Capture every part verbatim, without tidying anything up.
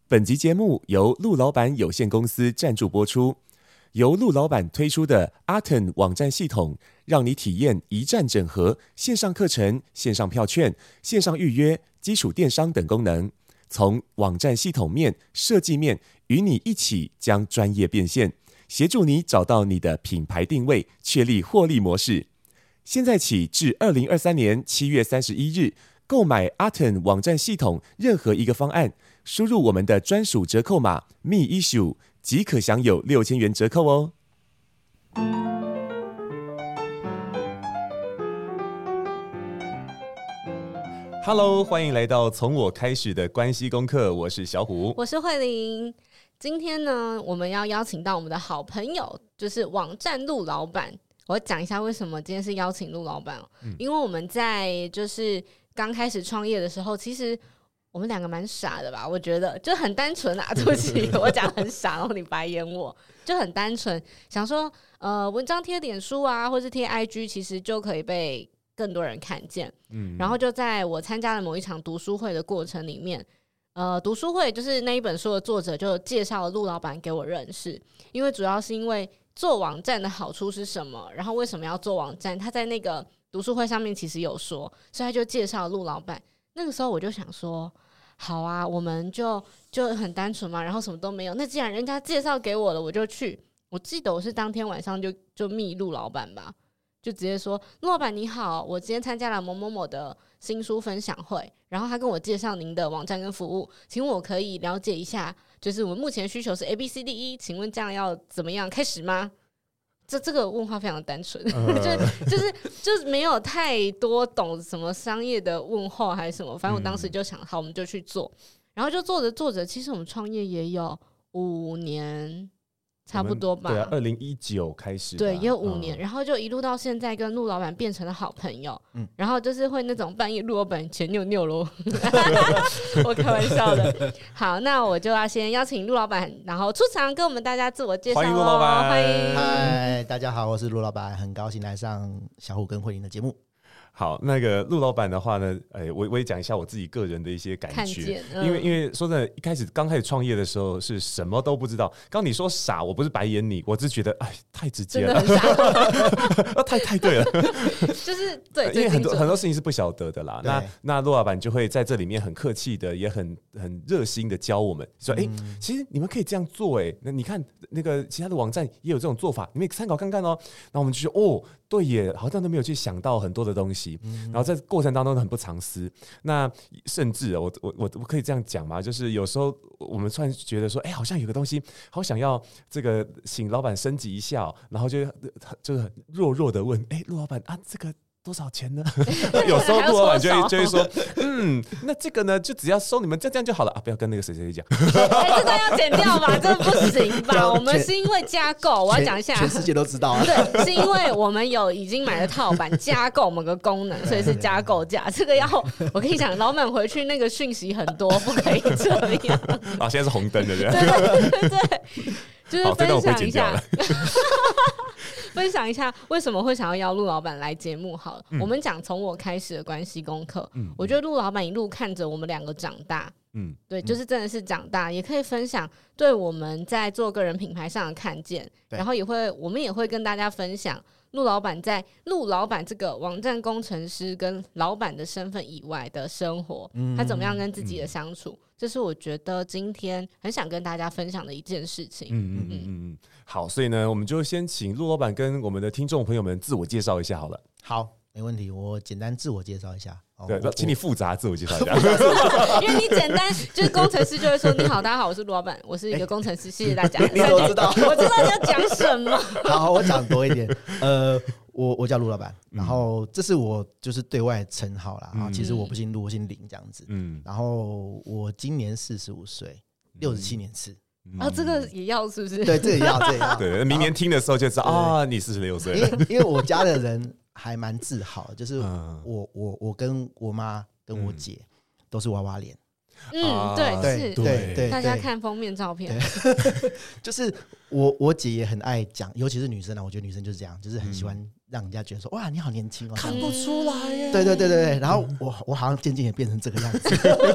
本集节目由陆老板有限公司赞助播出。由陆老板推出的 Aten 网站系统，让你体验一站整合线上课程、线上票券、线上预约、基础电商等功能。从网站系统面、设计面，与你一起将专业变现，协助你找到你的品牌定位，确立获利模式。现在起至二零二三年七月三十一日，购买 Aten 网站系统任何一个方案，输入我们的专属折扣码 M E I S S U E 即可享有六千元折扣哦。Hello， 欢迎来到从我开始的关系功课，我是小虎， 我是慧玲。今天呢，我们要邀请到我们的好朋友，就是网站陆老板。我讲一下为什么今天是邀请陆老板、嗯、因为我们在就是刚开始创业的时候，其实我们两个蛮傻的吧，我觉得就很单纯啊。对不起，我讲很傻，然后你白眼我，就很单纯，想说呃，文章贴脸书啊，或是贴 I G， 其实就可以被更多人看见。嗯，然后就在我参加了某一场读书会的过程里面，呃，读书会就是那一本书的作者就介绍了陆老板给我认识，因为主要是因为做网站的好处是什么，然后为什么要做网站，他在那个读书会上面其实有说，所以他就介绍了陆老板。那个时候我就想说，好啊，我们就就很单纯嘛，然后什么都没有，那既然人家介绍给我了，我就去。我记得我是当天晚上就就密陆老板吧，就直接说，陆老板你好，我今天参加了某某某的新书分享会，然后他跟我介绍您的网站跟服务，请问我可以了解一下，就是我们目前的需求是 A B C D E， 请问这样要怎么样开始吗？这这个问话非常单纯、呃、就, 就是就是没有太多懂什么商业的问候还是什么，反正我当时就想、嗯、好我们就去做，然后就做着做着，其实我们创业也有五年差不多吧， 对啊，二零一九开始， 对，也有五年、嗯，然后就一路到现在，跟陆老板变成了好朋友。嗯，然后就是会那种半夜陆老板前扭扭咯，我开玩笑的。好，那我就要先邀请陆老板，然后出场跟我们大家自我介绍。 欢迎陆老板， 欢迎。 嗨，大家好，我是陆老板，很高兴来上小虎跟慧玲的节目。 好，那个陆老板的话呢，哎，我我也讲一下我自己个人的一些感觉，嗯、因为因为说真的，一开始刚开始创业的时候是什么都不知道。刚你说傻，我不是白眼你，我只是觉得哎，太直接了， 真的很傻，太太对了， 就是对， 因为很多很多事情是不晓得的啦。那那陆老板就会在这里面很客气的，也很很热心的教我们说，哎、嗯，其实你们可以这样做，哎，那你看那个其他的网站也有这种做法，你们也参考看看哦。那我们就说哦，对耶，好像都没有去想到很多的东西。然后在过程当中很不藏私，那甚至我我我我可以这样讲吗？就是有时候我们突然觉得说，哎、欸，好像有个东西，好想要这个请老板升级一下、喔，然后就就是很弱弱的问，哎、欸，陆老板啊，这个多少钱呢？有时候陆老板就会就会说，嗯，那这个呢，就只要收你们这样就好了啊，不要跟那个谁谁讲。 哎、欸，这段要剪掉吧，这不行吧？我们是因为加购，我要讲一下， 全世界都知道啊。 对，是因为我们有已经买了套版加购某个功能，所以是加购价。这个要我跟你讲，老板回去那个讯息很多，不可以这样。 啊，现在是红灯的，对对对对，就是分享一下。分享一下为什么会想要邀陆老板来节目好了、嗯、我们讲从我开始的关系功课、嗯、我觉得陆老板一路看着我们两个长大，嗯，对，就是真的是长大、嗯、也可以分享对我们在做个人品牌上的看见，然后也会我们也会跟大家分享陆老板在陆老板这个网站工程师跟老板的身份以外的生活、嗯、他怎么样跟自己的相处、嗯、这是我觉得今天很想跟大家分享的一件事情。 嗯嗯嗯嗯，好，所以呢我们就先请陆老板跟我们的听众朋友们自我介绍一下好了。 好，没问题，我简单自我介绍一下。 对，请你复杂自我介绍一下。 因为你简单就是工程师就会说你好大家好，我是陆老板，我是一个工程师、欸、谢谢大家。 你都知道我知道你要讲什么。 好，我讲多一点。呃我我叫陆老板，然后这是我就是对外称号啦、嗯、其实我不姓陆，我姓林这样子。嗯，然后我今年四十五岁，六十七年次。 啊、哦，这个也要是不是？ 对，这个也要，这个也要。 对，明年听的时候就知道啊，你四十六岁。 因为因为我家的人还蛮自豪，就是我我我跟我妈跟我姐都是娃娃脸。 嗯，对， 对是， 对对， 大家看封面照片， 就是我我姐也很爱讲，尤其是女生啊，我觉得女生就是这样，就是很喜欢让人家觉得说，哇，你好年轻哦， 看不出来耶。 对对对对对，然后我我好像渐渐也变成这个样子。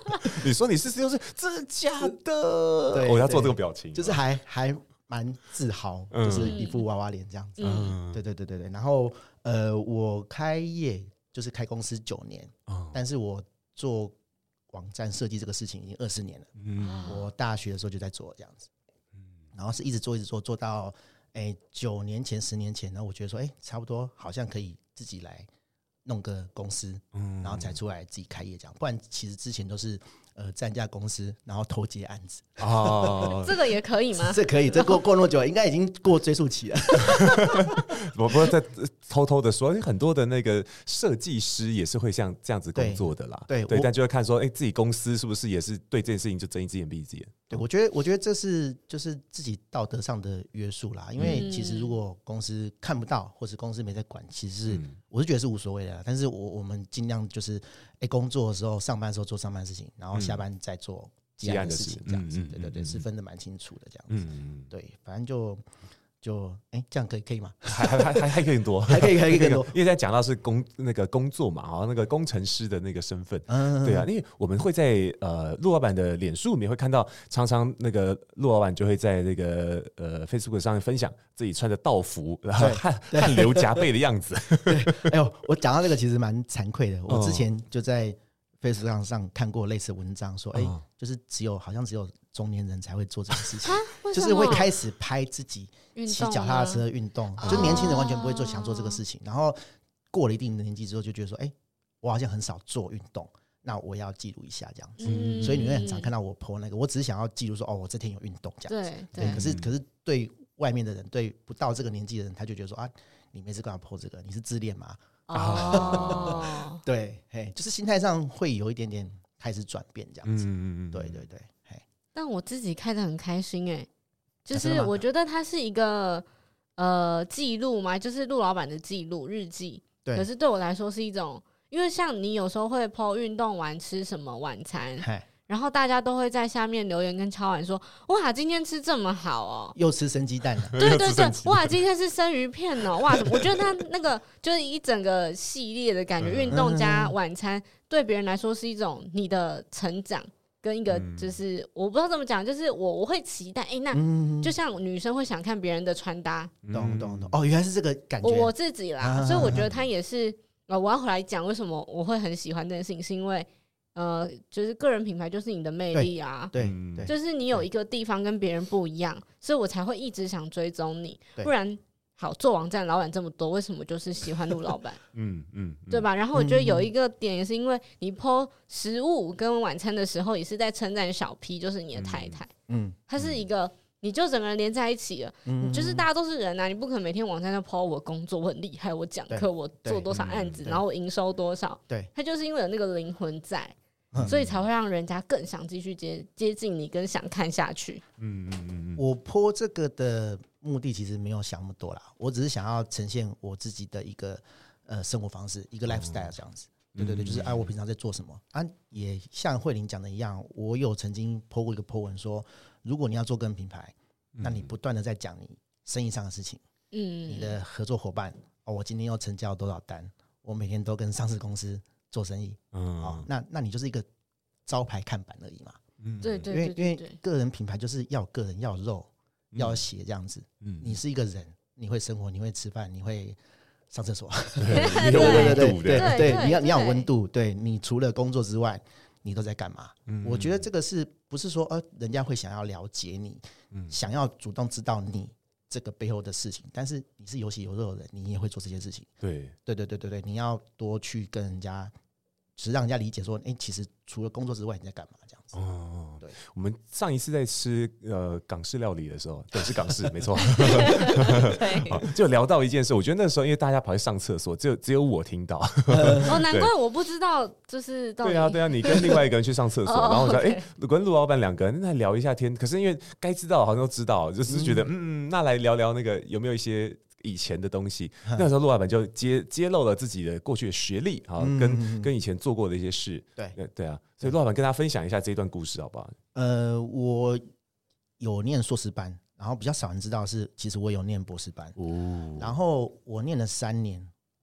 你说你四十六岁，真的假的？我、哦、要做这个表情， 就是还还蛮自豪，嗯、就是一副娃娃脸这样子。嗯，对对对对对。然后呃，我开业就是开公司九年，嗯、但是我做网站设计这个事情已经二十年了。嗯，我大学的时候就在做这样子，嗯，然后是一直做一直做，做到哎九年前、十年前，然后我觉得说，哎，差不多好像可以自己来弄个公司，嗯，然后才出来自己开业这样。不然其实之前都是呃在一家公司，然后偷接案子。 哦，这个也可以吗？ 这可以，这过过那么久，应该已经过追溯期了。 我不会再偷偷的说，很多的那个设计师也是会像这样子工作的啦。 对对, 对，但就会看说，哎、欸，自己公司是不是也是对这件事情就睁一只眼闭一只眼？ 对，我觉得，我觉得这是就是自己道德上的约束啦。因为其实如果公司看不到，或是公司没在管，其实是、嗯、我是觉得是无所谓的啦。但是我我们尽量就是，哎、欸，工作的时候上班的时候做上班的事情，然后下班再做接案的事情，这样子。嗯、对对对，是分得蛮清楚的这样子。嗯、对，反正就。就哎、欸，这样可以可以吗？ 还还还还可以更多， 还可以还可以更多， 因为现在讲到是工那个工作嘛，哈，那个工程师的那个身份，嗯，对啊，因为我们会在呃陆老板的脸书里面会看到，常常那个陆老板就会在那个呃 Facebook 上面分享自己穿着道服，然后汗汗流浃背的样子。 对，哎呦，我讲到这个其实蛮惭愧的，我之前就在 Facebook 上看过类似文章，说哎、欸，就是只有好像只有中年人才会做这件事情，就是会开始拍自己骑脚踏车运动，就年轻人完全不会做想做这个事情，然后过了一定的年纪之后就觉得说，哎、欸，我好像很少做运动，那我要记录一下这样子，嗯、所以你会很常看到我 po 那个，我只是想要记录说，哦，我这天有运动这样子，对，对，可是可是对外面的人，对不到这个年纪的人，他就觉得说啊，你没事干嘛 po 这个？你是自恋吗？哦，对，嘿，就是心态上会有一点点开始转变这样子，嗯嗯对对对，嘿。 但我自己开得很开心哎、欸，就是我觉得它是一个呃记录嘛，就是陆老板的记录日记。对。可是对我来说是一种，因为像你有时候会 po 运动完吃什么晚餐，然后大家都会在下面留言跟敲碗说：“哇，今天吃这么好哦， 又吃生鸡蛋了。” 对对对，哇，今天是生鱼片哦，哇，我觉得他那个就是一整个系列的感觉，运动加晚餐，对别人来说是一种你的成长。跟一个就是、嗯、我不知道怎么讲，就是我我会期待，哎、欸，那就像女生会想看别人的穿搭， 懂懂懂，哦，原来是这个感觉。 我我自己啦，啊、所以我觉得他也是，呃，我要回来讲为什么我会很喜欢这件事情，是因为呃，就是个人品牌就是你的魅力啊， 对，对就是你有一个地方跟别人不一样，所以我才会一直想追踪你，不然。好，做网站老板这么多，为什么就是喜欢陆老板？嗯嗯，对吧？然后我觉得有一个点也是因为你 po 食物跟晚餐的时候，也是在称赞小 P， 就是你的太太。嗯，它是一个，你就整个人连在一起了。嗯，就是大家都是人啊，你不可能每天网站上 po 我工作，我很厉害，我讲课，我做多少案子，然后我营收多少。对，它就是因为有那个灵魂在。所以才会让人家更想继续接接近你，跟想看下去。嗯嗯嗯。我po这个的目的其实没有想那么多啦，我只是想要呈现我自己的一个呃生活方式，一个 lifestyle 这样子。哦、对对对，就是哎、啊，我平常在做什么啊？也像慧玲讲的一样，我有曾经 po 过一个 po 文说，如果你要做个人品牌，那你不断的在讲你生意上的事情，嗯，你的合作伙伴哦，我今天又成交多少单，我每天都跟上市公司。做生意，嗯，哦，那那你就是一个招牌看板而已嘛， 嗯，对对对，因为因为个人品牌就是要个人要肉、嗯、要血这样子，嗯，你是一个人，你会生活，你会吃饭，你会上厕所， 对对对对对对，你要你要有温度，对你除了工作之外，你都在干嘛？嗯，我觉得这个是不是说呃，人家会想要了解你，嗯，想要主动知道你。这个背后的事情，但是你是有血有肉的人，你也会做这些事情。对，对对对对对，你要多去跟人家，只是让人家理解说，哎、欸，其实除了工作之外，你在干嘛这样子。哦， 对。我们上一次在吃呃港式料理的时候，对，是港式，没错。就聊到一件事，我觉得那时候因为大家跑去上厕所，只有只有我听到。 哦，难怪我不知道，就是到底对啊对啊，你跟另外一个人去上厕所，然后我说，哎、欸，我跟陆老板两个人在聊一下天，可是因为该知道好像都知道，就是觉得嗯嗯，那来聊聊那个有没有一些。以前的东西，那时候陆老板就揭揭露了自己的过去的学历啊，跟、嗯、跟以前做过的一些事，对对啊，所以陆老板跟大家分享一下这一段故事好不好？ 呃，我有念硕士班，然后比较少人知道是，其实我有念博士班，哦、然后我念了三年，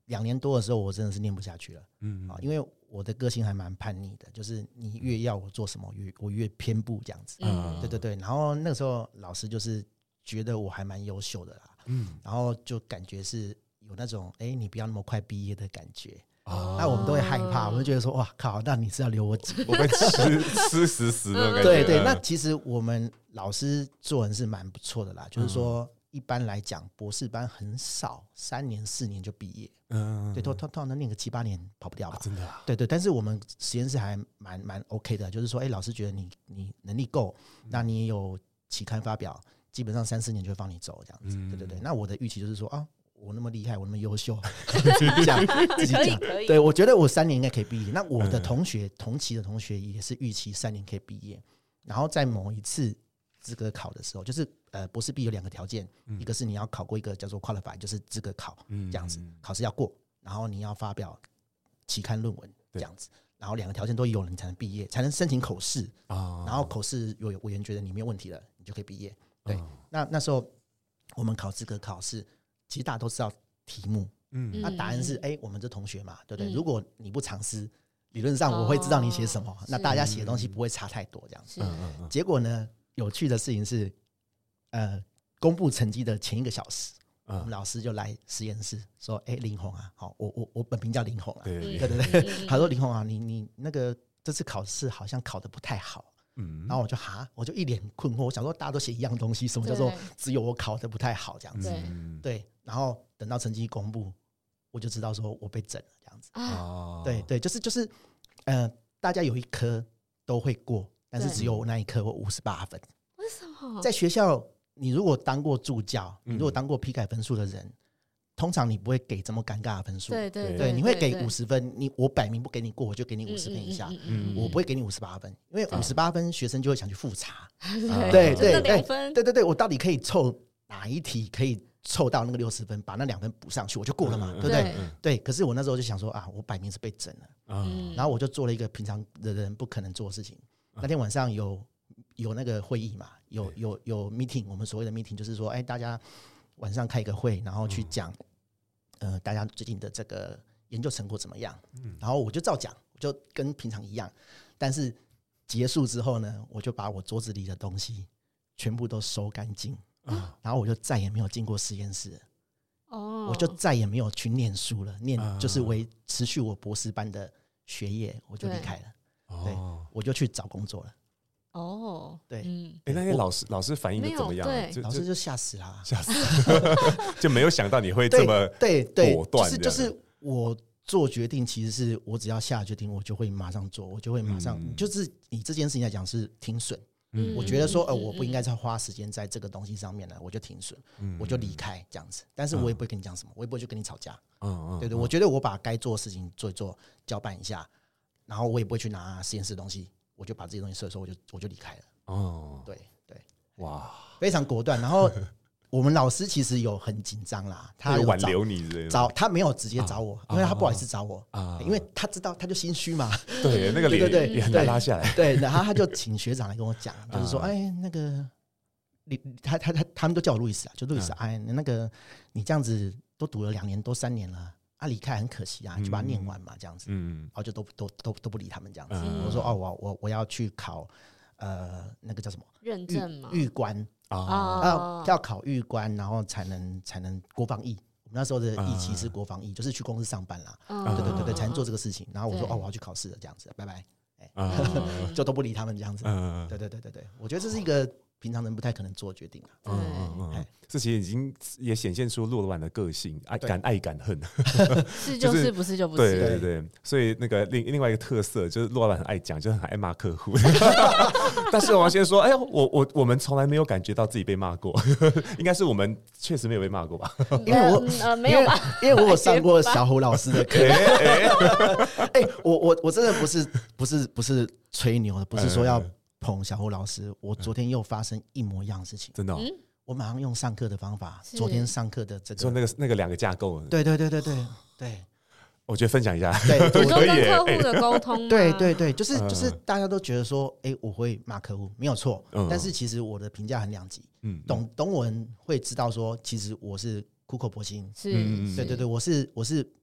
两年多的时候，我真的是念不下去了，嗯啊，因为我的个性还蛮叛逆的，就是你越要我做什么，越我越偏不这样子，嗯，对对对。然后那个时候老师就是觉得我还蛮优秀的啦，嗯，然后就感觉是有那种哎、欸，你不要那么快毕业的感觉。哦、那我们都会害怕，我们就觉得说，哇靠，那你是要留我几？ 我被吃吃死死那种感觉。 对对，那其实我们老师做人是蛮不错的啦，就是说。一般来讲，博士班很少，三年四年就毕业。嗯，对，通通通常念个七八年跑不掉吧？ 啊、真的、啊？ 对对，但是我们实验室还蛮蛮 OK 的，就是说，哎、欸，老师觉得你你能力够，那你也有期刊发表，基本上三四年就会放你走这样子。嗯、对对对，那我的预期就是说啊，我那么厉害，我那么优秀，自己讲自己讲，对，我觉得我三年应该可以毕业。那我的同学、嗯、同期的同学也是预期三年可以毕业，然后在某一次资格考的时候，就是呃博士毕有两个条件、嗯，一个是你要考过一个叫做 qualify， 就是资格考、嗯、这样子，考试要过，然后你要发表期刊论文这样子，然后两个条件都有了，你才能毕业，才能申请口试、哦、然后口试有委员觉得你没有问题了，你就可以毕业。对，哦、那那时候我们考资格考试，其实大家都知道题目，嗯，那答案是哎、欸，我们这同学嘛，对不对？嗯、如果你不尝试，理论上我会知道你写什么，哦、那大家写的东西不会差太多这样子。结果呢？有趣的事情是，呃，公布成绩的前一个小时，嗯、我们老师就来实验室说：“哎、欸，林宏啊，好，我我我本名叫林宏啊，对对对对，他说林宏啊，你你那个这次考试好像考得不太好。”嗯，然后我就哈，我就一脸困惑，我想说大家都写一样东西，什么叫做只有我考得不太好这样子？对，然后等到成绩公布，我就知道说我被整了这样子。啊，对对，就是就是，呃，大家有一科都会过。但是只有那一科我五十八分， 为什么？ 在学校，你如果当过助教，你如果当过批改分数的人，嗯、通常你不会给这么尴尬的分数。对对 对, 对，你会给五十分，你我摆明不给你过，我就给你五十分以下，嗯嗯嗯、我不会给你五十八分，因为五十八分学生就会想去复查。对对对对对对，我到底可以凑哪一题可以凑到那个六十分，把那两分补上去，我就过了嘛，嗯、对不对？对, 对。可是我那时候就想说啊，我摆明是被整了，嗯、然后我就做了一个平常的人不可能做的事情。那天晚上有有那个会议嘛，有有有 meeting， 我们所谓的 meeting 就是说，哎，大家晚上开一个会，然后去讲，嗯、呃，大家最近的这个研究成果怎么样？嗯，然后我就照讲，我就跟平常一样，但是结束之后呢，我就把我桌子里的东西全部都收干净，嗯，然后我就再也没有进过实验室了，哦，我就再也没有去念书了，念就是为持续我博士班的学业，我就离开了。对，我就去找工作了。哦，对，嗯， 哎、欸，那些老师老师反应的怎么样？ 就老师就吓死了， 吓死了，就没有想到你会这么对对果断。 就是就是我做决定，其实是我只要下决定，我就会马上做，我就会马上，嗯、就是以这件事情来讲是停损。嗯，我觉得说，呃，我不应该再花时间在这个东西上面了，我就停损，嗯、我就离开这样子。但是我也不会跟你讲什么，我也不会去跟你吵架。嗯嗯，对对，我觉得我把该做的事情做一做，交办一下。然后我也不会去拿实验室的东西，我就把这些东西收一收，我就我就离开了。哦，对对，哇，非常果断。然后我们老师其实有很紧张啦，他有挽留你之类的， 找他没有直接找我，啊、因为他不好意思找我啊，因为他知道他就心虚嘛。 对，那个脸对也很难拉下来。 对，然后他就请学长来跟我讲，就是说，哎，那个你他他他他们都叫我路易斯啊，就路易斯，哎，那个你这样子都读了两年多三年了。啊，离开很可惜啊，就把它念完嘛，这样子，嗯，然后就都都都都不理他们这样子。嗯、我说哦，我我我要去考，呃，那个叫什么认证嘛， 预官啊，要要考预官，然后才能才能国防役。我们那时候的役期是国防役，就是去公司上班啦，啊、对对对对，才能做这个事情。然后我说哦，我要去考试了，这样子，拜拜，哎、欸，就都不理他们这样子。对对对对对，我觉得这是一个平常人不太可能做决定啊。 嗯嗯嗯，这其实已经也显现出骆驼的个性，爱敢爱敢恨， 是就是不是就不是。 对对对，所以那个另另外一个特色就是骆驼很爱讲，就是很爱骂客户。但是我要先说，哎呀，我我我们从来没有感觉到自己被骂过，应该是我们确实没有被骂过吧？ 因为我呃没有吧， 因为我有上过小虎老师的课。哎，我我我真的不是不是不是吹牛的，不是说要捧小虎老师。我昨天又发生一模一样的事情， 真的、哦。 我马上用上课的方法，昨天上课的这个， 说那个那个两个架构， 对对对对对对， 我觉得分享一下， 对， 你说跟客户的沟通， 对对对，就是就是大家都觉得说，哎，我会骂客户，没有错，但是其实我的评价很两极，嗯，懂懂我人会知道说，其实我是苦口婆心， 是， 对对对，我是我是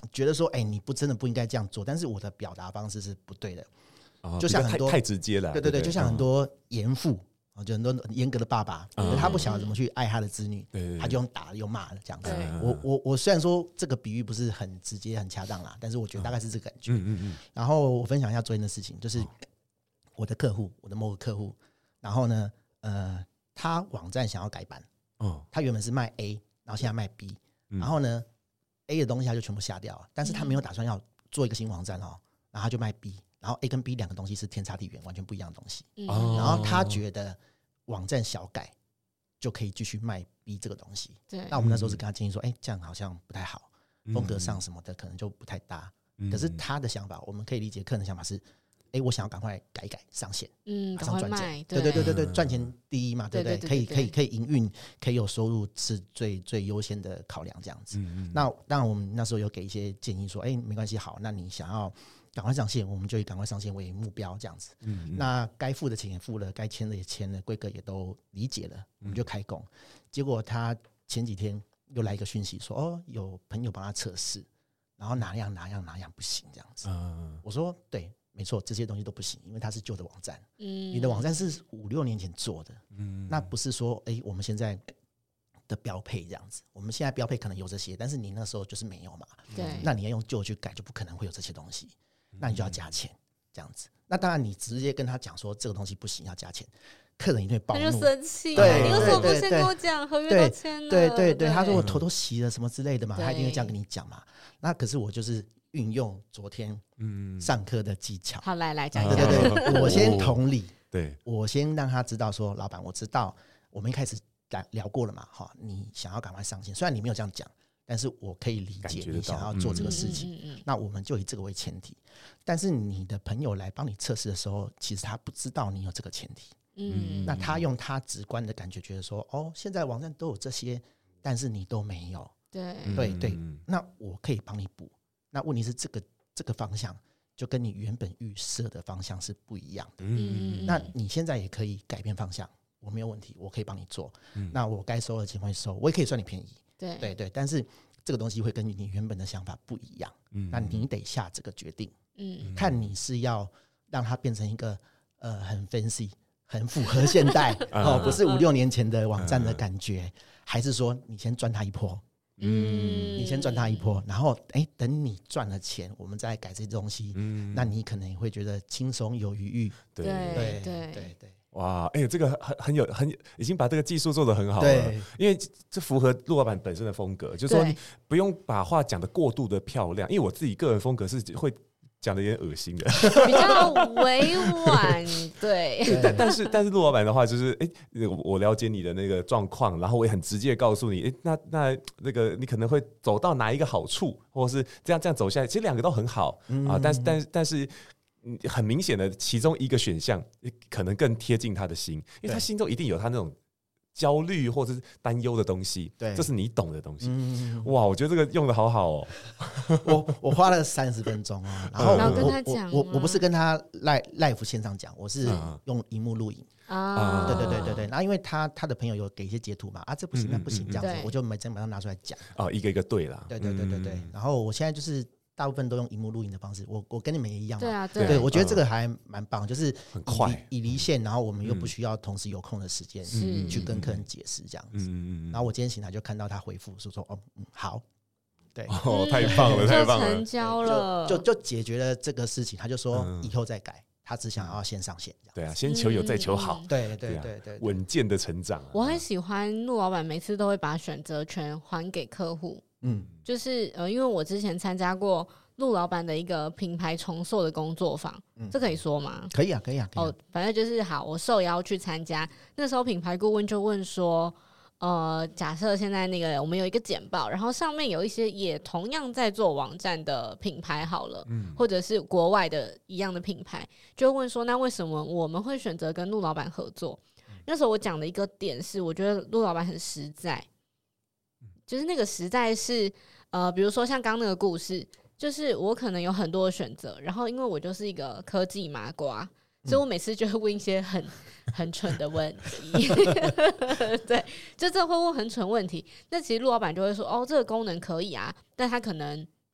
觉得说，哎、欸，你不真的不应该这样做，但是我的表达方式是不对的， 哦、 就像很多太, 太直接了， 对对 对, 对, 对， 就像很多严父。就很多严格的爸爸，嗯、他不晓得怎么去爱他的子女， 对对对， 他就用打用骂的这样子。我我我虽然说这个比喻不是很直接很恰当啦，但是我觉得大概是这个感觉。嗯嗯嗯。然后我分享一下昨天的事情，就是我的客户，我的某个客户，然后呢，呃，他网站想要改版，哦，他原本是卖 A， 然后现在卖 B，、嗯、然后呢 ，A 的东西他就全部下掉了，但是他没有打算要做一个新网站哦，然后他就卖 B。然后 A 跟 B 两个东西是天差地远，完全不一样的东西。嗯、然后他觉得网站小改就可以继续卖 B 这个东西。对。那我们那时候是跟他建议说，哎、欸，这样好像不太好，风格上什么的可能就不太搭。嗯、可是他的想法，我们可以理解客人的想法是，哎、欸，我想要赶快改一改上线，嗯，马上赚钱。对对对对对，赚钱第一嘛，对不对？可以可以可以营运，可以有收入是最最优先的考量，这样子。嗯、那当然，我们那时候有给一些建议说，哎、欸，没关系，好，那你想要赶快上线，我们就以赶快上线为目标，这样子。嗯嗯，那该付的钱也付了，该签的也签了，规格也都理解了，我们就开工。嗯、结果他前几天又来一个讯息说，哦，有朋友帮他测试，然后哪样哪样哪样不行，这样子。嗯、我说对，没错，这些东西都不行，因为它是旧的网站。嗯，你的网站是五六年前做的，嗯，那不是说哎、欸，我们现在的标配这样子，我们现在标配可能有这些，但是你那时候就是没有嘛。对，那你要用旧去改，就不可能会有这些东西。那你就要加钱，这样子。那当然，你直接跟他讲说这个东西不行，要加钱，客人一定会暴怒， 他就生气。 对， 你为什么不先跟我讲？合约都签了。 对对 对, 对，他说我头都洗了什么之类的嘛，他一定会这样跟你讲嘛。那可是我就是运用昨天上课的技巧。 好，来来讲一下。 对对对，我先同理， 对我先让他知道说，老板，我知道我们一开始聊过了嘛，哈，你想要赶快上线，虽然你没有这样讲。但是我可以理解你想要做这个事情，嗯、那我们就以这个为前提。但是你的朋友来帮你测试的时候，其实他不知道你有这个前提，嗯，那他用他直观的感觉觉得说，哦，现在网站都有这些，但是你都没有， 对对对，那我可以帮你补。那问题是这个这个方向就跟你原本预设的方向是不一样的，嗯，那你现在也可以改变方向，我没有问题，我可以帮你做。嗯、那我该收的钱会收，我也可以算你便宜。对对对，但是这个东西会跟你原本的想法不一样，嗯，那你得下这个决定，嗯，看你是要让它变成一个呃很 fancy、很符合现代哦，不是五六年前的网站的感觉，嗯、还是说你先赚它一波，嗯，你先赚它一波，然后哎，等你赚了钱，我们再来改这些东西，嗯，那你可能会觉得轻松有余裕， 对对对对对。 哇，哎、欸，这个很很有很已经把这个技术做得很好了，因为这符合陆老板本身的风格，就是说不用把话讲得过度的漂亮，因为我自己个人风格是会讲得有点恶心的， 比较委婉，对。 但但是但是陆老板的话，就是哎、欸，我了解你的那个状况，然后我也很直接告诉你，哎、欸，那那那个你可能会走到哪一个好处，或者是这样这样走下来，其实两个都很好、嗯、啊，但是但是但是。很明显的，其中一个选项可能更贴近他的心，因为他心中一定有他那种焦虑或者是担忧的东西，对，这是你懂的东西。嗯、哇，我觉得这个用的好好哦。 我我花了三十分钟哦，然后我、 嗯、跟他讲， 我我我不是跟他 live live 线上讲，我是用荧幕录影啊。对对对对对，然后因为他他的朋友有给一些截图嘛，啊这不行那不行这样子，我就每整把它拿出来讲。 哦，一个一个对啦。 对对对对对，然后我现在就是。大部分都用荧幕录影的方式，我我跟你们也一样嘛。 对啊，对， 对我觉得这个还蛮棒，就是很快以离线，然后我们又不需要同时有空的时间去跟客人解释这样子。然后我今天醒来就看到他回复说说哦，嗯，好，对， 哦，太棒了，太棒了， 成交了， 就就就解决了这个事情。他就说以后再改，他只想要先上线。 对啊，先求有再求好。 对对对对， 稳健的成长。 我很喜欢陆老板每次都会把选择权还给客户。嗯，就是呃，因为我之前参加过。陆老板的一个品牌重塑的工作坊、嗯，这可以说吗？ 可以啊，可以啊。可以啊哦，反正就是好，我受邀去参加。那时候品牌顾问就问说，呃，假设现在那个我们有一个简报，然后上面有一些也同样在做网站的品牌好了，嗯、或者是国外的一样的品牌，就问说，那为什么我们会选择跟陆老板合作？嗯、那时候我讲的一个点是，我觉得陆老板很实在，就是那个实在是，呃，比如说像刚刚那个故事。就是我可能有很多的选择，然后因为我就是一个科技麻瓜，所以我每次就会问一些很很蠢的问题。对，就真的会问很蠢问题。那其实陆老板就会说：“哦，这个功能可以啊，但他可能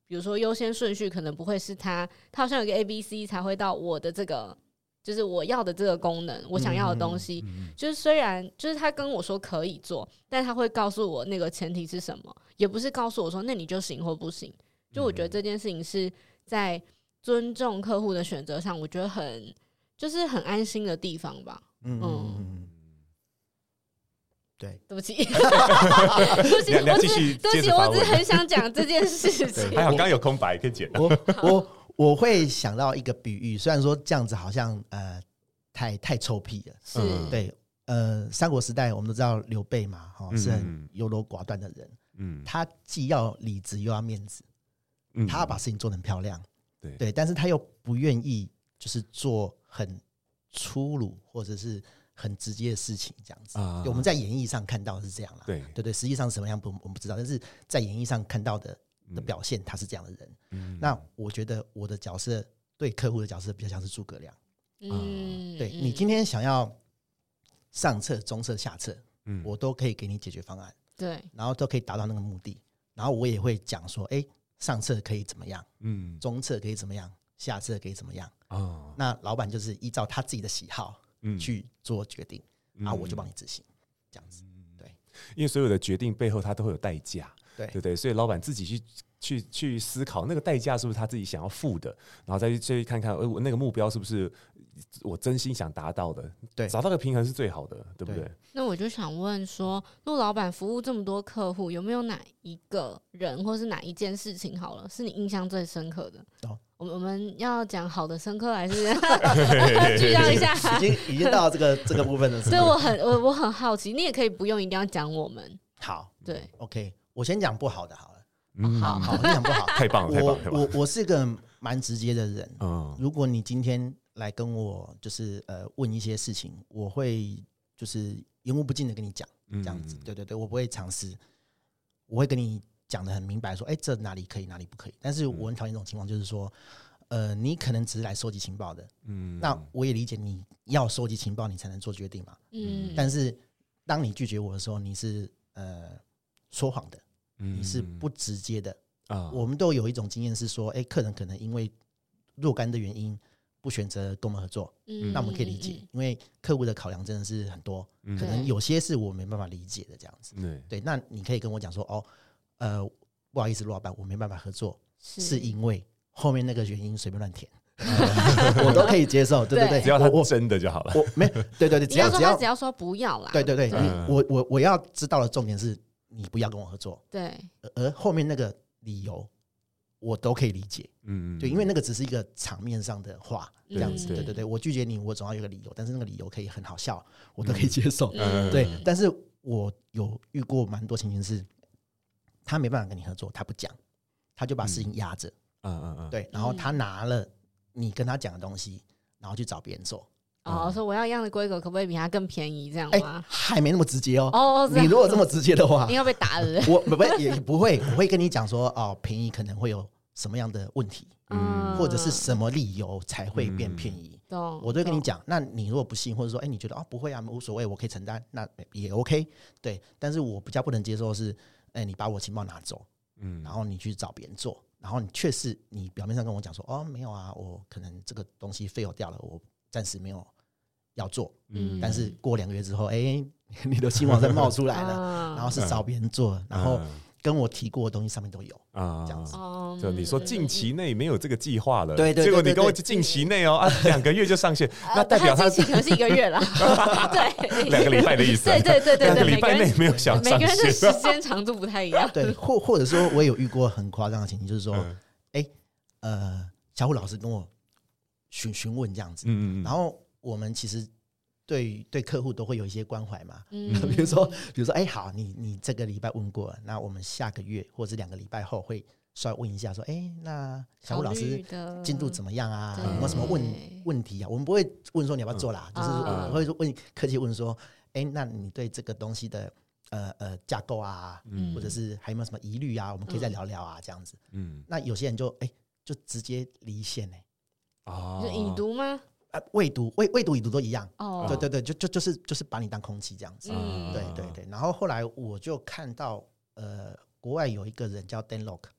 比如说优先顺序可能不会是他，他好像有个 A B C 才会到我的这个，就是我要的这个功能，我想要的东西。嗯嗯、就是虽然就是他跟我说可以做，但他会告诉我那个前提是什么，也不是告诉我说那你就行或不行。就我觉得这件事情是在尊重客户的选择上，我觉得很就是很安心的地方吧。嗯。嗯对， 对不起，对不起，我只对不起，我只很想讲这件事情。 还好刚刚有空白可以剪。 我我我会想到一个比喻，虽然说这样子好像呃太太臭屁了， 是对，呃，三国时代我们都知道刘备嘛，哈、哦，是很优柔寡断的人，嗯，他既要理直又要面子，嗯，他要把事情做得很漂亮，对对，但是他又不愿意就是做很粗鲁或者是很直接的事情，这样子。啊、我们在演绎上看到的是这样啦，对对对，实际上什么样不我们不知道，但是在演绎上看到的的表现，他是这样的人。嗯、那我觉得我的角色对客户的角色比较像是诸葛亮。嗯，对你今天想要上策、中策、下策，嗯，我都可以给你解决方案， 对， 然后都可以达到那个目的。然后我也会讲说，哎，上策可以怎么样？嗯，中策可以怎么样？下策可以怎么样？哦，那老板就是依照他自己的喜好。嗯、去做决定，然后我就帮你执行，嗯、这样子。对， 因为所有的决定背后，它都会有代价， 对对不对？所以老板自己去去去思考那个代价是不是他自己想要付的，然后再去去看看，呃，那个目标是不是我真心想达到的？对，找到个平衡是最好的，对不对？对， 那我就想问说，陆老板服务这么多客户，有没有哪一个人或是哪一件事情好了，是你印象最深刻的？哦。我们要讲好的深刻还是聚焦一下？ 已经已经到这个这个部分了。 所以我很我我很好奇，你也可以不用一定要讲我们。 好， 对 ，OK， 我先讲不好的好了。 嗯、 好好，先讲不好。 太棒了，太棒了！ 我我我是个蛮直接的人。嗯，如果你今天来跟我就是呃问一些事情，我会就是言无不尽的跟你讲，这样子。嗯、对对对，我不会尝试，我会跟你讲得很明白，说，哎、欸，这哪里可以，哪里不可以。但是我很讨厌这种情况，就是说，呃，你可能只是来收集情报的，嗯，那我也理解你要收集情报，你才能做决定嘛，嗯。但是当你拒绝我的时候，你是呃说谎的，你是不直接的啊。我们都有一种经验是说，哎、欸，客人可能因为若干的原因不选择跟我们合作，嗯，那我们可以理解，因为客户的考量真的是很多，可能有些是我没办法理解的这样子，对对。那你可以跟我讲说，哦。呃，不好意思，陆老板，我没办法合作，是, 是因为后面那个原因随便乱填，我都可以接受，对对对， 只要他真的就好了。 我没，对对对，只要只要只要说不要啦， 对对对，嗯、我我我要知道的重点是你不要跟我合作， 对， 而后面那个理由我都可以理解，嗯，对，因为那个只是一个场面上的话，这样子，对对对，我拒绝你，我总要有个理由，但是那个理由可以很好笑，我都可以接受，嗯、对，但是我有遇过蛮多情形是。他没办法跟你合作，他不讲，他就把事情压着，嗯嗯嗯，对，然后他拿了你跟他讲的东西，然后去找别人做。 哦，说我要一样的规格，可不可以比他更便宜？这样吗？ 欸、还没那么直接哦。 哦， 你如果这么直接的话， 你要被打了。 我不会，也不会，我会跟你讲说，哦，便宜可能会有什么样的问题，嗯，或者是什么理由才会变便宜。嗯、我都会跟你讲。那你如果不信，或者说，哎、欸，你觉得哦不会啊，无所谓，我可以承担，那也 OK。对，但是我比较不能接受的是。哎、欸，你把我情报拿走，嗯，然后你去找别人做，然后你确实你表面上跟我讲说，哦，没有啊，我可能这个东西废掉了，我暂时没有要做，嗯，但是过两个月之后，哎、欸，你的新网站冒出来了，啊、然后是找别人做，啊、然后跟我提过的东西上面都有啊，这样子。 就你说近期内没有这个计划了， 对对， 结果你跟我近期内哦啊，两个月就上线，那代表他近期可能是一个月了，对， 两个礼拜的意思。 对对对对， 两个礼拜内没有想上线， 每个人的时间长度不太一样。 对，或或者说我也有遇过很夸张的情形，就是说，哎、嗯，呃，小虎老师跟我询询问这样子，嗯嗯，然后我们其实。对对，客户都会有一些关怀嘛，嗯、比如说，比如说，哎，好，你你这个礼拜问过了，那我们下个月或者两个礼拜后会稍微问一下，说，哎，那小虎老师进度怎么样啊？有没有什么问问题啊？我们不会问说你要不要做啦，嗯、就是我会问客气问说，哎，那你对这个东西的呃呃架构啊，嗯、或者是还有没有什么疑虑啊？我们可以再聊聊啊，这样子。嗯，那有些人就哎就直接离线哎、 欸，哦，就已读吗？ 呃，未读、未未读、已读都一样。哦，对对对，就就就是就是把你当空气这样子。嗯，对对对。然后后来我就看到，呃，国外有一个人叫 Dan Lok，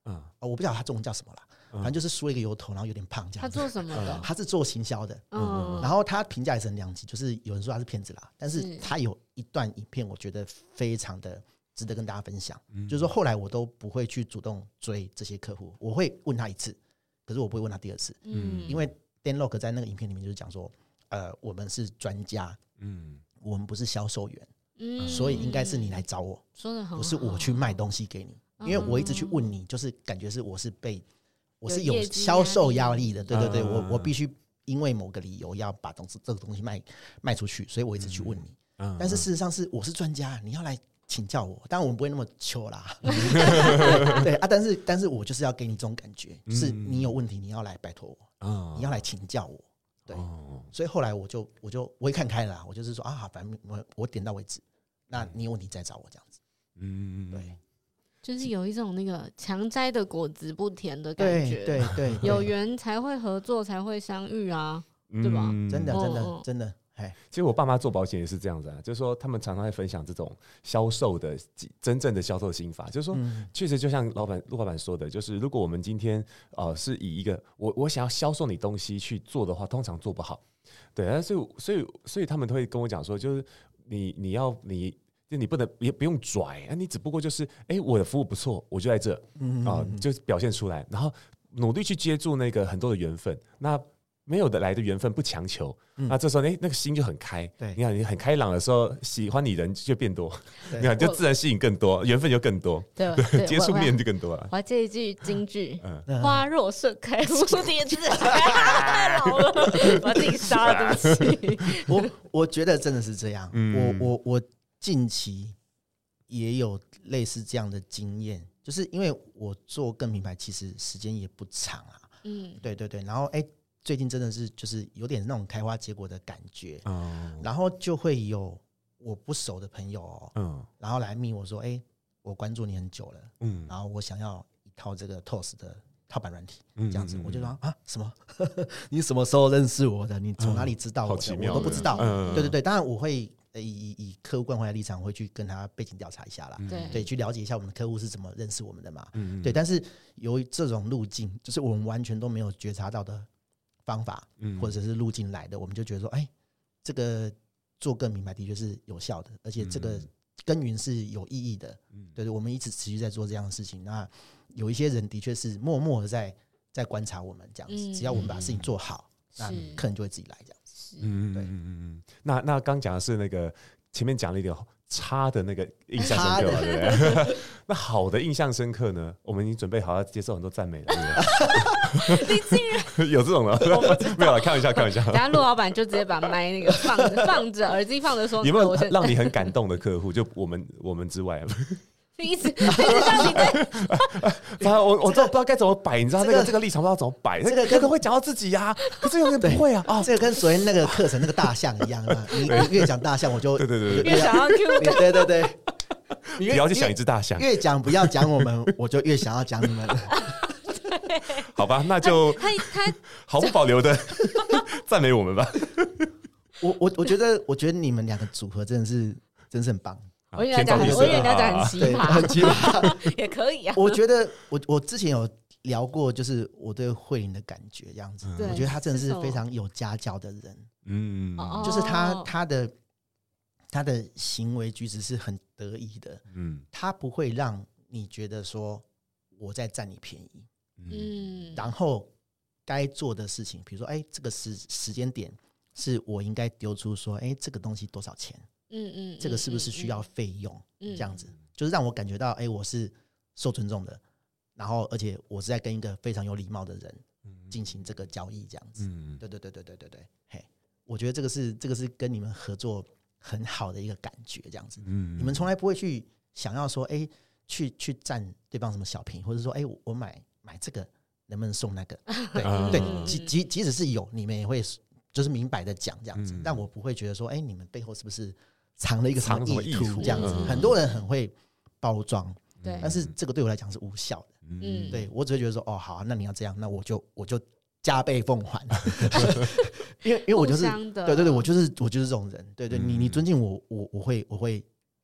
嗯、哦，我不知道他中文叫什么啦，嗯、反正就是梳了一个油头，然后有点胖这样子。 他做什么的？ 他是做行销的， 嗯， 然后他评价也是很两极，就是有人说他是骗子啦，但是他有一段影片，我觉得非常的值得跟大家分享，嗯、就是说后来我都不会去主动追这些客户，我会问他一次，可是我不会问他第二次，嗯，因为 Dan Lok 在那个影片里面就是讲说，呃，我们是专家，嗯，我们不是销售员，嗯，所以应该是你来找我， 说得很好， 不是我去卖东西给你，因为我一直去问你，就是感觉是我是被我是有销售压力的，对对对，我我必须因为某个理由要把东西这个东西卖卖出去，所以我一直去问你，嗯、但是事实上是我是专家，你要来请教我，当然我们不会那么糗啦，对啊，但是但是我就是要给你这种感觉，是你有问题你要来拜托我，嗯、你要来请教我，对，哦、所以后来我就我就我也看开了啦，我就是说啊，反正我我点到为止，那你有问题再找我这样子，嗯，对。 就是有一种那个强摘的果子不甜的感觉， 对对 对, 对， 有缘才会合作，才会相遇啊，嗯、对吧？ 真的真的真的。 其实我爸妈做保险也是这样子啊，就是说他们常常会分享这种销售的真正的销售心法，就是说，确实就像老板陆老板说的，就是如果我们今天呃是以一个我我想要销售你东西去做的话，通常做不好，对啊，所以所以所以他们都会跟我讲说，就是你你要你。就你不能也不用拽啊，你只不过就是哎、欸，我的服务不错，我就在这啊、嗯呃，就表现出来，然后努力去接住那个很多的缘分。那没有的来的缘分不强求，嗯、那这时候哎、欸，那个心就很开。对，你看你很开朗的时候，喜欢你人就变多，你看就自然吸引更多，缘分就更多， 对， 对接触面就更多了。 我还接一句金句：嗯、花若盛开，蝴蝶自来。太老了，把自己杀了，对不起。 我我觉得真的是这样，嗯、我我我。近期也有类似这样的经验，就是因为我做个人品牌其实时间也不长啊，嗯，对对对，然后哎、欸，最近真的是就是有点那种开花结果的感觉，哦，然后就会有我不熟的朋友、哦，嗯，然后来密我说，哎、欸，我关注你很久了，嗯，然后我想要一套这个 T O S 的套版软体，嗯、这样子，我就说啊，什么？你什么时候认识我的？你从哪里知道我的？嗯、我都不知道，嗯、对对对，当然我会。以以客户关怀的立场，会去跟他背景调查一下啦，对，对，去了解一下我们的客户是怎么认识我们的嘛，嗯、对。但是由于这种路径，就是我们完全都没有觉察到的方法，嗯、或者是路径来的，我们就觉得说，哎，这个做个人品牌的确是有效的，而且这个耕耘是有意义的，嗯、对对，我们一直持续在做这样的事情。那有一些人的确是默默的在在观察我们这样子，嗯、只要我们把事情做好，那客人就会自己来这样子。 嗯，对，嗯嗯嗯。那那刚讲的是那个前面讲了一点差的那个印象深刻嘛，对不对？那好的印象深刻呢？我们已经准备好要接受很多赞美了，对不对？你竟然有这种的？没有了，开玩笑，开玩笑。 等下陆老板就直接把麦那个放着，放着耳机放着说， 有没有让你很感动的客户？就我们我们之外。 一直一直让你在， 反正我我知道不知道该怎么摆，你知道那个这个立场不知道怎么摆，这个这个会讲到自己呀、啊，可是有点不会啊。 哦，这个跟昨天那个课程那个大象一样啊，你越讲大象，我就对对对越想要 Q， 对对对， 你不要去想一只大象， 越讲不要讲我们，我就越想要讲你们。 好吧，那就他他毫不保留的赞美我们吧。 我我我觉得我觉得你们两个组合真的是真是很棒。 我以为讲，我以为你要讲很奇葩， 很奇葩也可以啊。 我觉得我我之前有聊过，就是我对慧玲的感觉这样子。嗯、我觉得她真的是非常有家教的人，嗯，就是她她的她的行为举止是很得意的，嗯，她不会让你觉得说我在占你便宜，嗯，然后该做的事情，比如说，哎、欸，这个时时间点是我应该丢出说，哎、欸，这个东西多少钱？嗯嗯，这个是不是需要费用？嗯，这样子就是让我感觉到，哎、欸，我是受尊重的，然后而且我是在跟一个非常有礼貌的人进行这个交易，这样子。嗯，对对对对对对对，嘿，我觉得这个是这个是跟你们合作很好的一个感觉，这样子。嗯，你们从来不会去想要说，哎、欸，去去占对方什么小便宜，或者说，哎、欸，我买买这个能不能送那个？对、嗯、对，即即即使是有，你们也会就是明白的讲这样子，嗯、但我不会觉得说，哎、欸，你们背后是不是藏了一个什么意图这样子？嗯、很多人很会包装，对，但是这个对我来讲是无效的。嗯，对我只会觉得说，哦，好、啊，那你要这样，那我就我就加倍奉还，因为因为我就是对对对，我就是我就是这种人，对对，你你尊敬我，我我会我会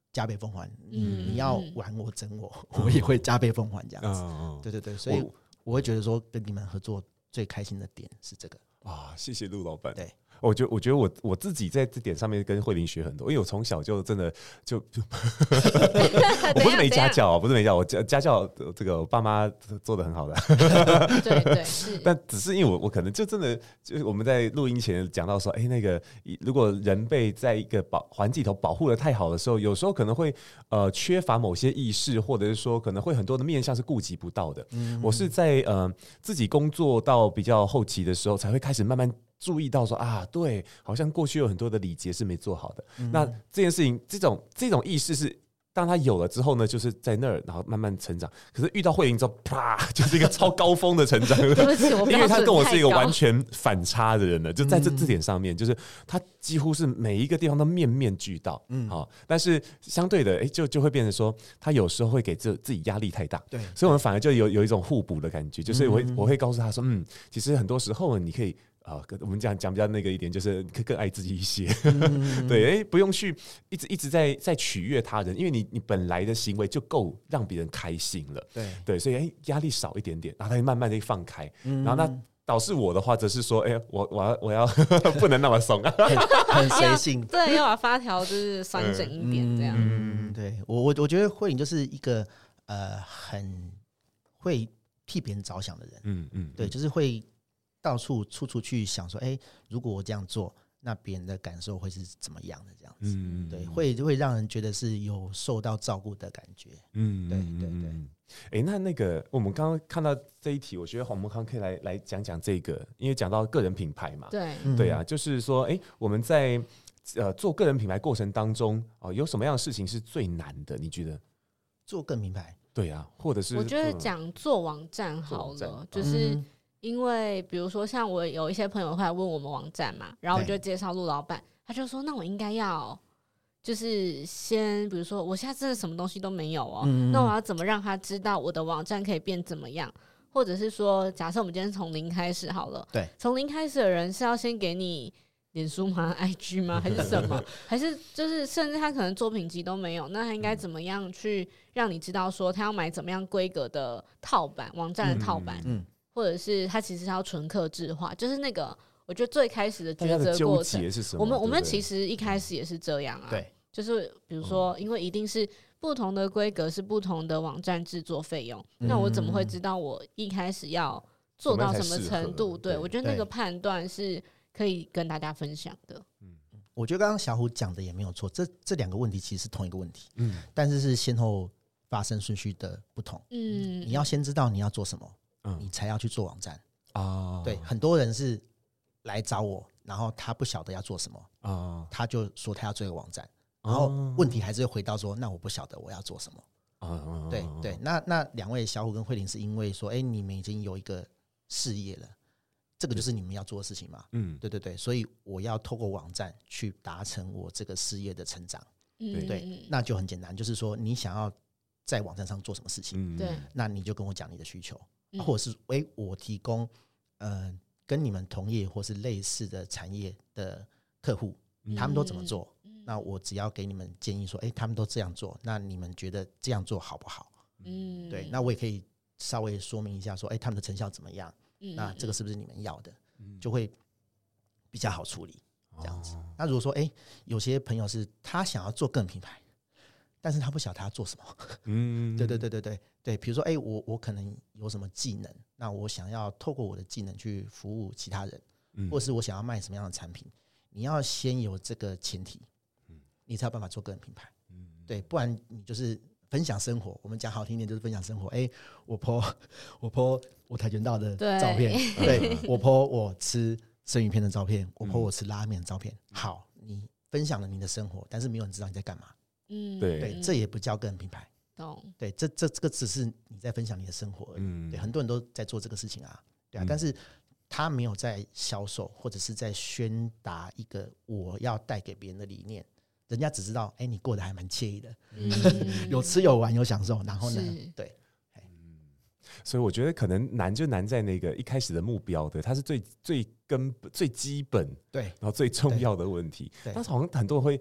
加倍奉还。嗯，你要玩我整我，嗯、我也会加倍奉还这样子。嗯、对对对，所以我会觉得说跟你们合作最开心的点是这个。 啊，谢谢陆老板。 对。 我觉得，我觉得我我自己在这点上面跟慧玲学很多，因为我从小就真的就，就我不是没家教，不是没家教，我家家教这个我爸妈做的很好的， 对对是， 但只是因为我我可能就真的就是我们在录音前讲到说，哎、欸，那个如果人被在一个保环境里头保护的太好的时候，有时候可能会呃缺乏某些意识，或者是说可能会很多的面向是顾及不到的。嗯、我是在呃自己工作到比较后期的时候，才会开始慢慢注意到说啊，对，好像过去有很多的礼节是没做好的。嗯、那这件事情，这种这种意识是，当他有了之后呢，就是在那儿，然后慢慢成长。可是遇到慧玲之后，啪，就是一个超高峰的成长。 对不起，我因为他跟我是一个完全反差的人了，就在这这点上面，就是他几乎是每一个地方都面面俱到。嗯，好，但是相对的，哎、欸，就就会变成说，他有时候会给自自己压力太大。对，所以我们反而就有有一种互补的感觉，就是我会、嗯、我会告诉他说，嗯，其实很多时候你可以。啊，我们讲讲比较那个一点，就是更爱自己一些，嗯、对，哎、欸，不用去一直一直在在取悦他人，因为你你本来的行为就够让别人开心了，对对，所以哎，压、欸、力少一点点，然后他就慢慢的放开，嗯、然后那导致我的话，则是说，哎、欸，我我要我要不能那么松， 很随性， 对，要把发条就是拴紧一点，这样， 嗯，对我我我觉得慧玲就是一个呃很会替别人着想的人，嗯嗯，对，就是会。到处处处去想说，哎、欸，如果我这样做，那别人的感受会是怎么样的？这样子，嗯、对，会会让人觉得是有受到照顾的感觉。嗯，对对对。 哎、欸，那那个我们刚刚看到这一题，我觉得黄博康可以来来讲讲这个，因为讲到个人品牌嘛， 对对啊，就是说，哎、欸，我们在呃做个人品牌过程当中，哦、呃，有什么样的事情是最难的？你觉得？ 做个人品牌？ 对啊，或者是我觉得讲做网站好了，就是。嗯因为比如说像我有一些朋友会来问我们网站嘛，然后我就介绍陆老板，他就说那我应该要就是先比如说我现在真的什么东西都没有哦、嗯、那我要怎么让他知道我的网站可以变怎么样，或者是说假设我们今天从零开始好了，对，从零开始的人是要先给你脸书吗 I G 吗还是什么还是就是甚至他可能作品集都没有，那他应该怎么样去让你知道说他要买怎么样规格的套版网站的套版，嗯嗯，或者是他其实要纯客制化，就是那个我觉得最开始的抉择过程是什么， 我们我们其实一开始也是这样啊，对，就是比如说因为一定是不同的规格是不同的网站制作费用、嗯、那我怎么会知道我一开始要做到什么程度，对，我觉得那个判断是可以跟大家分享的。 嗯，我觉得刚刚小虎讲的也没有错，这这两个问题其实是同一个问题，嗯，但是是先后发生顺序的不同，嗯，你要先知道你要做什么，嗯、你才要去做网站啊。对，很多人是来找我，然后他不晓得要做什么啊，他就说他要做一个网站，然后问题还是回到说，那我不晓得我要做什么啊。对对，那那两位小虎跟慧玲是因为说，哎、欸，你们已经有一个事业了，这个就是你们要做的事情嘛。嗯，对对对，所以我要透过网站去达成我这个事业的成长。嗯，对，那就很简单，就是说你想要在网站上做什么事情，对、嗯，那你就跟我讲你的需求。嗯、或者是哎、欸，我提供呃跟你们同业或是类似的产业的客户，嗯、他们都怎么做？嗯、那我只要给你们建议说，哎、欸，他们都这样做，那你们觉得这样做好不好？嗯，对，那我也可以稍微说明一下说，哎、欸，他们的成效怎么样？嗯、那这个是不是你们要的？嗯、就会比较好处理这样子。哦、那如果说哎、欸，有些朋友是他想要做个人品牌，但是他不晓得他要做什么。嗯，对对对对对对，比如说，哎、欸，我我可能有什么技能，那我想要透过我的技能去服务其他人，嗯、或者是我想要卖什么样的产品，你要先有这个前提，嗯、你才有办法做个人品牌。嗯，对，不然你就是分享生活。我们讲好听一点就是分享生活。哎、欸，我 po 我 po 我跆拳道的照片，对, 对我 po 我吃生鱼片的照片，我 po 我吃拉面的照片。嗯、好，你分享了你的生活，但是没有人知道你在干嘛。嗯，对对，这也不叫个人品牌。懂，对，这这这个只是你在分享你的生活而已。嗯，对，很多人都在做这个事情啊，对啊，嗯、但是他没有在销售或者是在宣达一个我要带给别人的理念，人家只知道，哎、欸，你过得还蛮惬意的，嗯、有吃有玩有享受，然后呢，对。 所以我觉得可能难就难在那个一开始的目标，对，它是最最根本、最基本，对，然后最重要的问题。但是好像很多人会。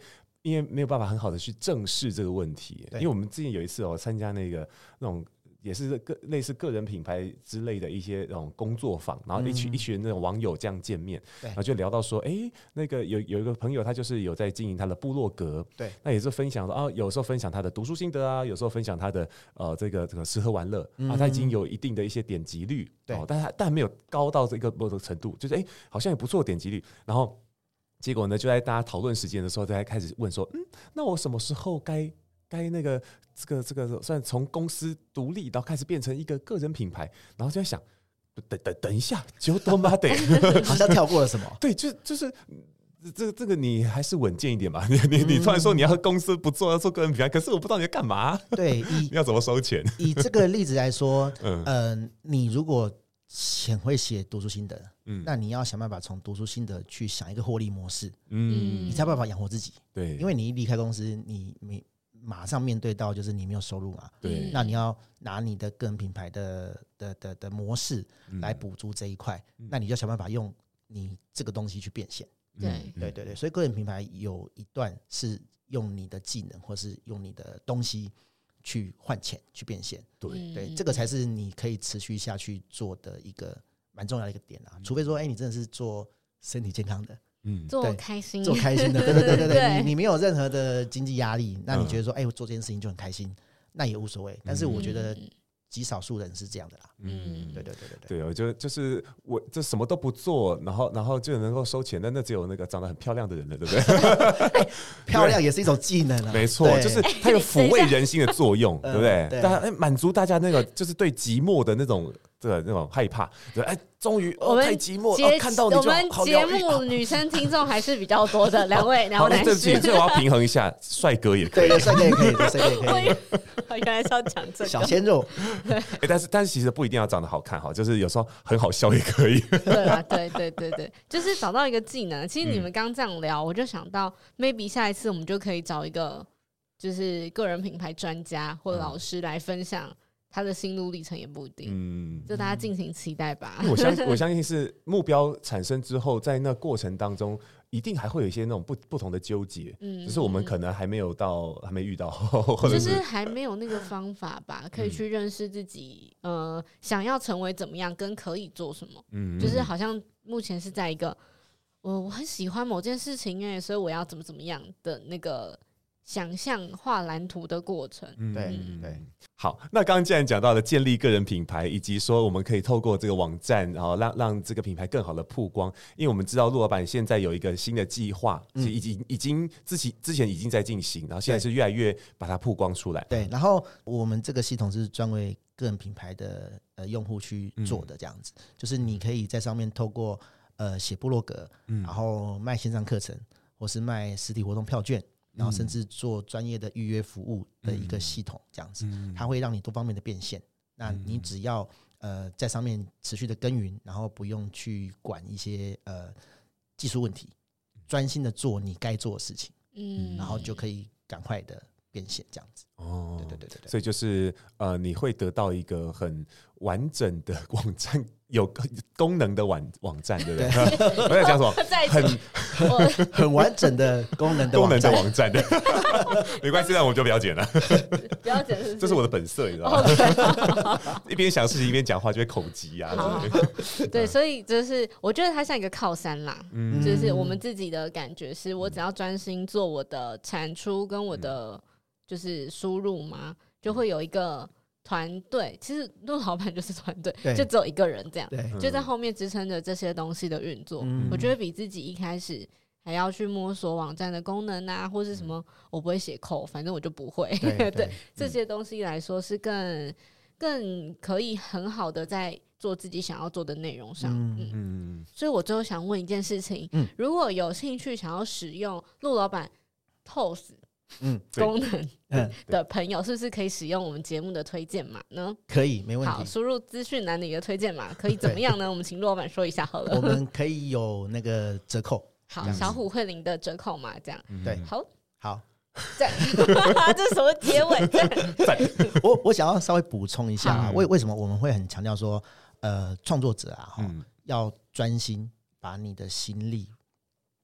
因为没有办法很好的去正视这个问题。因为我们之前有一次哦参加那个那种。也是个类似个人品牌之类的一些那种工作坊，然后一群、嗯、一群那种网友这样见面，然后就聊到说，哎、欸，那个有有一个朋友，他就是有在经营他的部落格，对，那也是分享啊，有时候分享他的读书心得啊，有时候分享他的呃这个这个吃喝玩乐、嗯、啊，他已经有一定的一些点击率，对，哦、但他但没有高到这个某种程度，就是哎、欸，好像也不错点击率，然后结果呢，就在大家讨论时间的时候，大家开始问说，嗯，那我什么时候该？该那个这个这个算从公司独立，然后开始变成一个个人品牌，然后就在想，等等等一下，就多妈得， 好像跳过了什么？ 对，就就是这这个你还是稳健一点吧。你你你突然说你要公司不做，要做个人品牌，可是我不知道你要干嘛。 对， 你要怎么收钱？ 以这个例子来说，嗯、呃，你如果很会写读书心得，嗯，那你要想办法从读书心得去想一个获利模式，嗯，你才有办法养活自己。对，因为你一离开公司，你没。马上面对到就是你没有收入嘛，对，那你要拿你的个人品牌的的的的模式来补足这一块、嗯，那你就想办法用你这个东西去变现。对、嗯，对对对，所以个人品牌有一段是用你的技能或是用你的东西去换钱去变现。对对，这个才是你可以持续下去做的一个蛮重要的一个点啊。除非说，哎、欸，你真的是做身体健康的。 嗯，做开心， 做开心的，对对对对对，你你没有任何的经济压力，那你觉得说，哎、欸，我做这件事情就很开心，那也无所谓。但是我觉得极少数人是这样的啦。嗯，对对对对对，我觉得就是我这什么都不做，然后然后就能够收钱，但那只有那个长得很漂亮的人了，对不对？ 漂亮也是一种技能啊， 没错，就是它有抚慰人心的作用，对不对？大家满足大家那个就是对寂寞的那种。这个那种害怕，哎，终于哦太寂寞，哦、看到你就好疗愈。 我们节目女生听众还是比较多的，两位两位男士。 对不起，所以我要平衡一下，帅哥也可以， 对，帅哥也可以，帅哥也可以。 我原来是要讲这个小鲜肉， 哎，但是但是其实不一定要长得好看哈，就是有时候很好笑也可以。 对啊，对对对对，就是找到一个技能。其实你们刚这样聊，我就想到 maybe 下一次我们就可以找一个就是个人品牌专家或老师来分享。他的心路历程也不一定，嗯，就大家敬请期待吧。 我相信，我相信是目标产生之后，在那过程当中，一定还会有一些那种不不同的纠结，嗯，只是我们可能还没有到，还没遇到，或者是就是还没有那个方法吧，可以去认识自己，嗯、呃，想要成为怎么样，跟可以做什么，嗯，就是好像目前是在一个我我很喜欢某件事情哎，所以我要怎么怎么样的那个。想象画蓝图的过程， 嗯、对对。 好，那刚刚既然讲到了建立个人品牌，以及说我们可以透过这个网站，然后让让这个品牌更好的曝光，因为我们知道陆老板现在有一个新的计划，嗯、已经已经之前之前已经在进行，然后现在是越来越把它曝光出来。 对，然后我们这个系统是专为个人品牌的呃用户去做的，这样子，嗯、就是你可以在上面透过呃写部落格，嗯、然后卖线上课程，或是卖实体活动票券。然后甚至做专业的预约服务的一个系统，这样子，它会让你多方面的变现。那你只要呃在上面持续的耕耘，然后不用去管一些呃技术问题，专心的做你该做的事情，嗯，然后就可以赶快的变现，这样子。哦，对对对对对。 所以就是呃，你会得到一个很完整的网站。有功能的网网站，对不对？我在讲什么？ 很很完整的功能的功能的网站的，没关系，那我们就不要剪了。 不要剪是不是， 这是我的本色，你知道吗？Okay. 一边想事情一边讲话就会口急啊。 对，所以就是我觉得它像一个靠山啦，嗯、就是我们自己的感觉是，我只要专心做我的产出跟我的就是输入嘛，就会有一个。团队其实陆老板就是团队，就只有一个人这样，就在后面支撑着这些东西的运作。嗯、我觉得比自己一开始还要去摸索网站的功能啊，或是什么，我不会写扣，反正我就不会。对, 对, 对这些东西来说，是更更可以很好的在做自己想要做的内容上。嗯嗯、所以我最后想问一件事情：嗯、如果有兴趣想要使用陆老板 T O S。嗯，功能的朋友是不是可以使用我们节目的推荐码呢？ 可以，没问题。 好，输入资讯栏里的推荐码可以怎么样呢？我们请陆老板说一下好了。 我们可以有那个折扣， 好，小虎慧玲的折扣码这样。 嗯、对， 好， 好， 赞，这是什么结尾？赞。 我我想要稍微补充一下、啊，为为什么我们会很强调说，呃，创作者啊，嗯、要专心把你的心力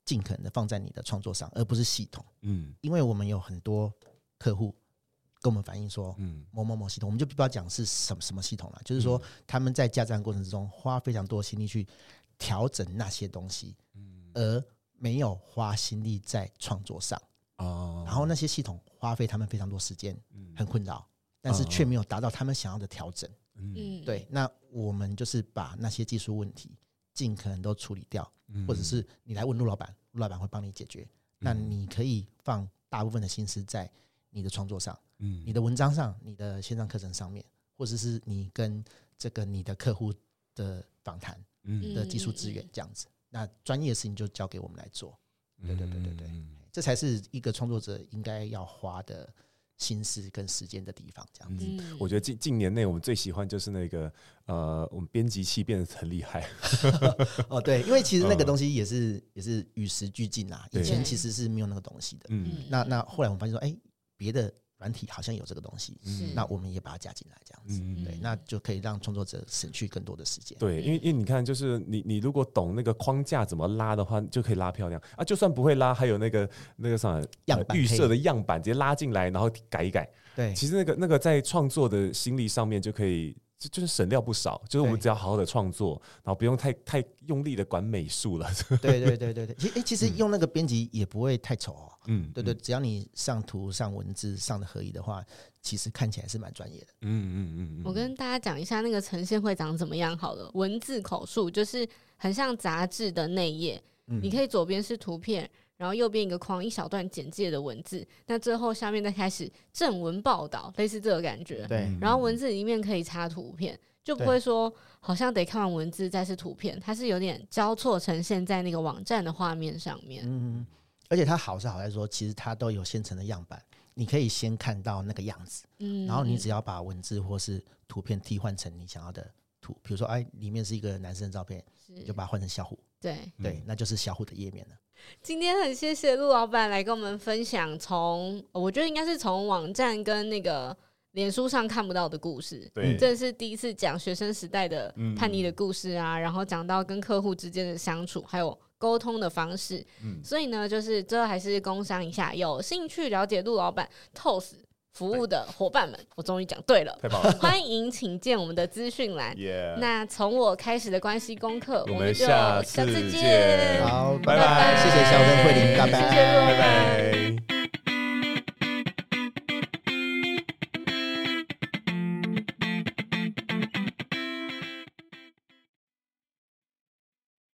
尽可能的放在你的创作上，而不是系统。 嗯， 因为我们有很多客户跟我们反映说，嗯，某某某系统，我们就不要讲是什么什么系统了，就是说他们在架站过程之中花非常多心力去调整那些东西，嗯，而没有花心力在创作上。哦，然后那些系统花费他们非常多时间，嗯，很困扰，但是却没有达到他们想要的调整。嗯，对，那我们就是把那些技术问题尽可能都处理掉，嗯，或者是你来问陆老板，陆老板会帮你解决。嗯，那你可以放大部分的心思在你的创作上，嗯，你的文章上，你的线上课程上面，或者是你跟这个你的客户的访谈的技术资源这样子。那专业的事情就交给我们来做。对对对对对，嗯，这才是一个创作者应该要花的心思跟时间的地方，这样子。 嗯，我觉得近近年内我们最喜欢就是那个呃，我们编辑器变得很厉害。 哦，对，因为其实那个东西也是、嗯、也是与时俱进啦。以前其实是没有那个东西的。嗯，那那后来我们发现说，哎，别的软体好像有这个东西，那我们也把它加进来，这样子。嗯，对，那就可以让创作者省去更多的时间。 对，因为因为你看，就是你你如果懂那个框架怎么拉的话，就可以拉漂亮啊。就算不会拉，还有那个那个什么预设的样板，直接拉进来，然后改一改。 对， 其实那个那个在创作的心力上面就可以，就就是省掉不少。就是我们只要好好的创作，然后不用太太用力的管美术了。 对对对对对，其实、欸、其实用那个编辑也不会太丑哦。嗯，对对，只要你上图、上文字、上的合一的话，其实看起来是蛮专业的。 嗯嗯嗯。 我跟大家讲一下那个呈现会长怎么样好了。文字口述就是很像杂志的内页，嗯，你可以左边是图片。然后右边一个框，一小段简介的文字，那最后下面再开始正文报道，类似这个感觉。 对， 然后文字里面可以插图片，就不会说好像得看完文字再是图片，它是有点交错呈现在那个网站的画面上面。 嗯，而且它好是好在说，其实它都有现成的样板，你可以先看到那个样子，嗯，然后你只要把文字或是图片替换成你想要的图，比如说哎，里面是一个男生的照片，你就把它换成小虎。 对对，那就是小虎的页面了。 今天很谢谢陆老板来跟我们分享从，从我觉得应该是从网站跟那个脸书上看不到的故事， 对， 这是第一次讲学生时代的叛逆的故事啊，嗯、然后讲到跟客户之间的相处，还有沟通的方式。嗯，所以呢，就是最后还是工商一下，有兴趣了解陆老板 T O S 服务的伙伴们，我终于讲对了， 太棒了！ 欢迎请见我们的资讯栏。 Yeah. 那从我开始的关系功课， 我们就下次见。 好， 拜拜！ 谢谢小珍慧玲，拜拜， 谢谢陆老板， 拜拜。